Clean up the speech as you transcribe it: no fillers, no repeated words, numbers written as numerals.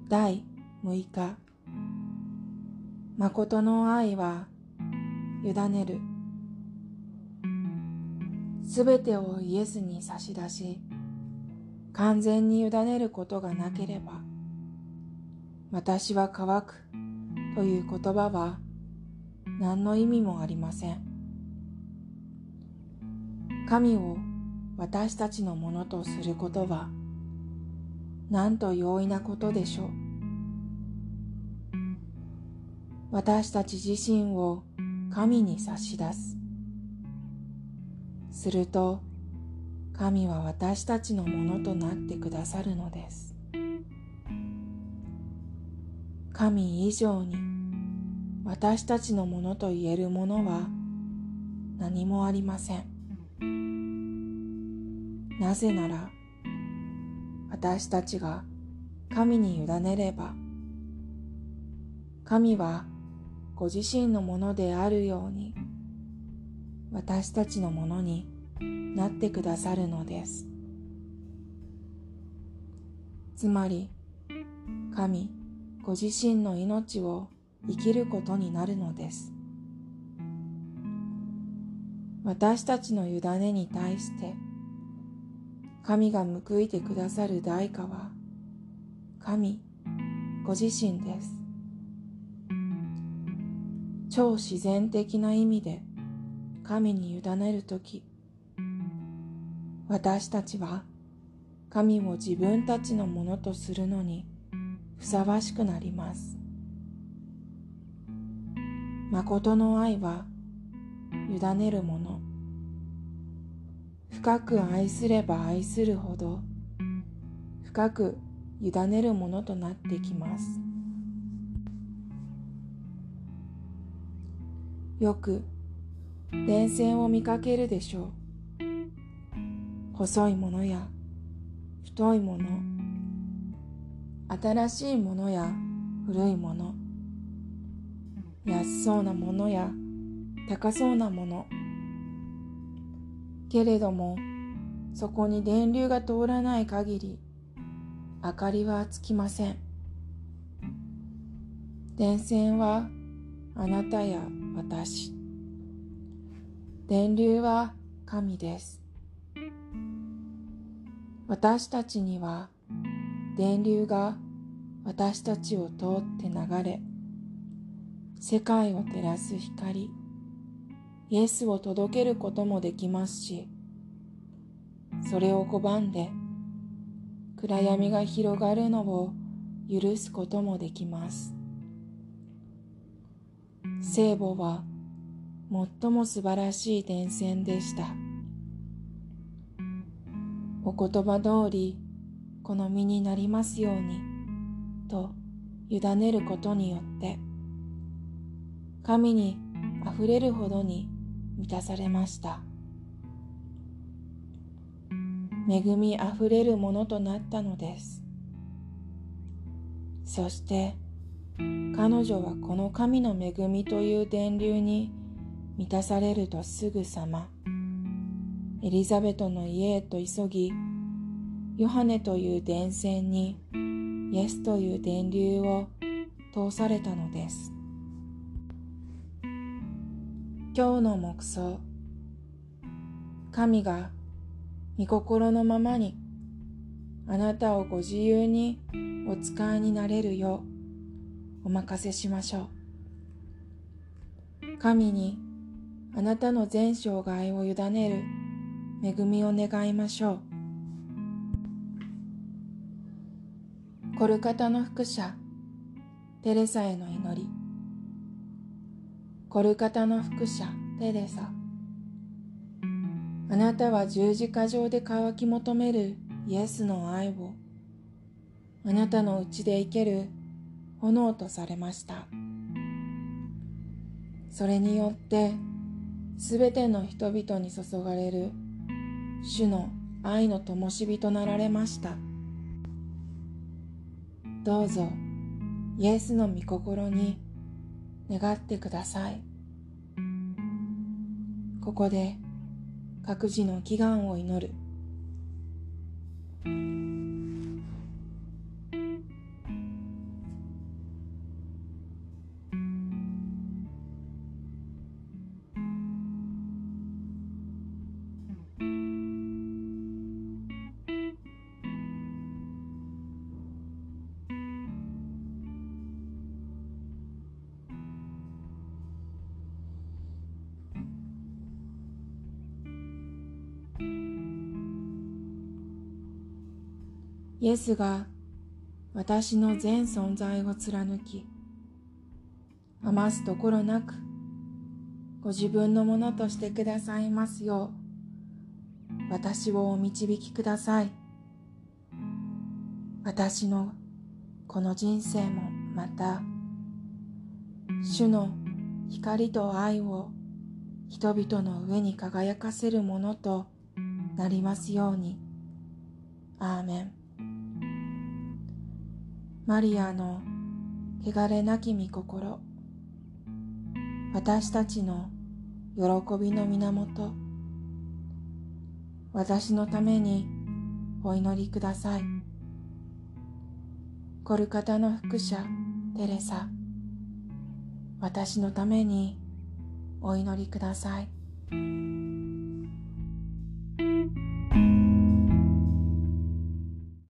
第6日、誠の愛は委ねる。すべてをイエスに差し出し、完全に委ねることがなければ、私は乾くという言葉は何の意味もありません。神を私たちのものとすることは、なんと容易なことでしょう。私たち自身を神に差し出す。すると、神は私たちのものとなってくださるのです。神以上に私たちのものと言えるものは何もありません。なぜなら、私たちが神に委ねれば、神はご自身のものであるように、私たちのものになってくださるのです。つまり、神ご自身の命を生きることになるのです。私たちの委ねに対して、神が報いてくださる代価は、神ご自身です。超自然的な意味で神に委ねるとき、私たちは神を自分たちのものとするのにふさわしくなります。誠の愛は委ねるもの。深く愛すれば愛するほど、深く委ねるものとなってきます。よく電線を見かけるでしょう。細いものや太いもの、新しいものや古いもの、安そうなものや高そうなもの。けれども、そこに電流が通らない限り、明かりはつきません。電線はあなたや私。電流は神です。私たちには電流が私たちを通って流れ、世界を照らす光、イエスを届けることもできますし、それを拒んで暗闇が広がるのを許すこともできます。聖母は最も素晴らしい電線でした。お言葉通りこの身になりますようにと委ねることによって、神にあふれるほどに満たされました。恵みあふれるものとなったのです。そして彼女はこの神の恵みという電流に満たされるとすぐさま、エリザベトの家へと急ぎ、ヨハネという電線にイエスという電流を通されたのです。今日の黙想、神が御心のままにあなたをご自由にお使いになれるようお任せしましょう。神にあなたの全生涯を委ねる恵みを願いましょう。コルカタの福者テレサへの祈り。コルカタの福者テレサ、あなたは十字架上で渇き求めるイエスの愛をあなたのうちで生ける炎とされました。それによってすべての人々に注がれる主の愛の灯火となられました。どうぞイエスの御心に願ってください。ここで各自の祈願を祈る。 イエスが私の全存在を貫き、余すところなくご自分のものとしてくださいますよう、私をお導きください。私のこの人生もまた、主の光と愛を人々の上に輝かせるものとなりますように。アーメン。マリアの汚れなき御心、私たちの喜びの源、私のためにお祈りください。コルカタの福者テレサ、私のためにお祈りください。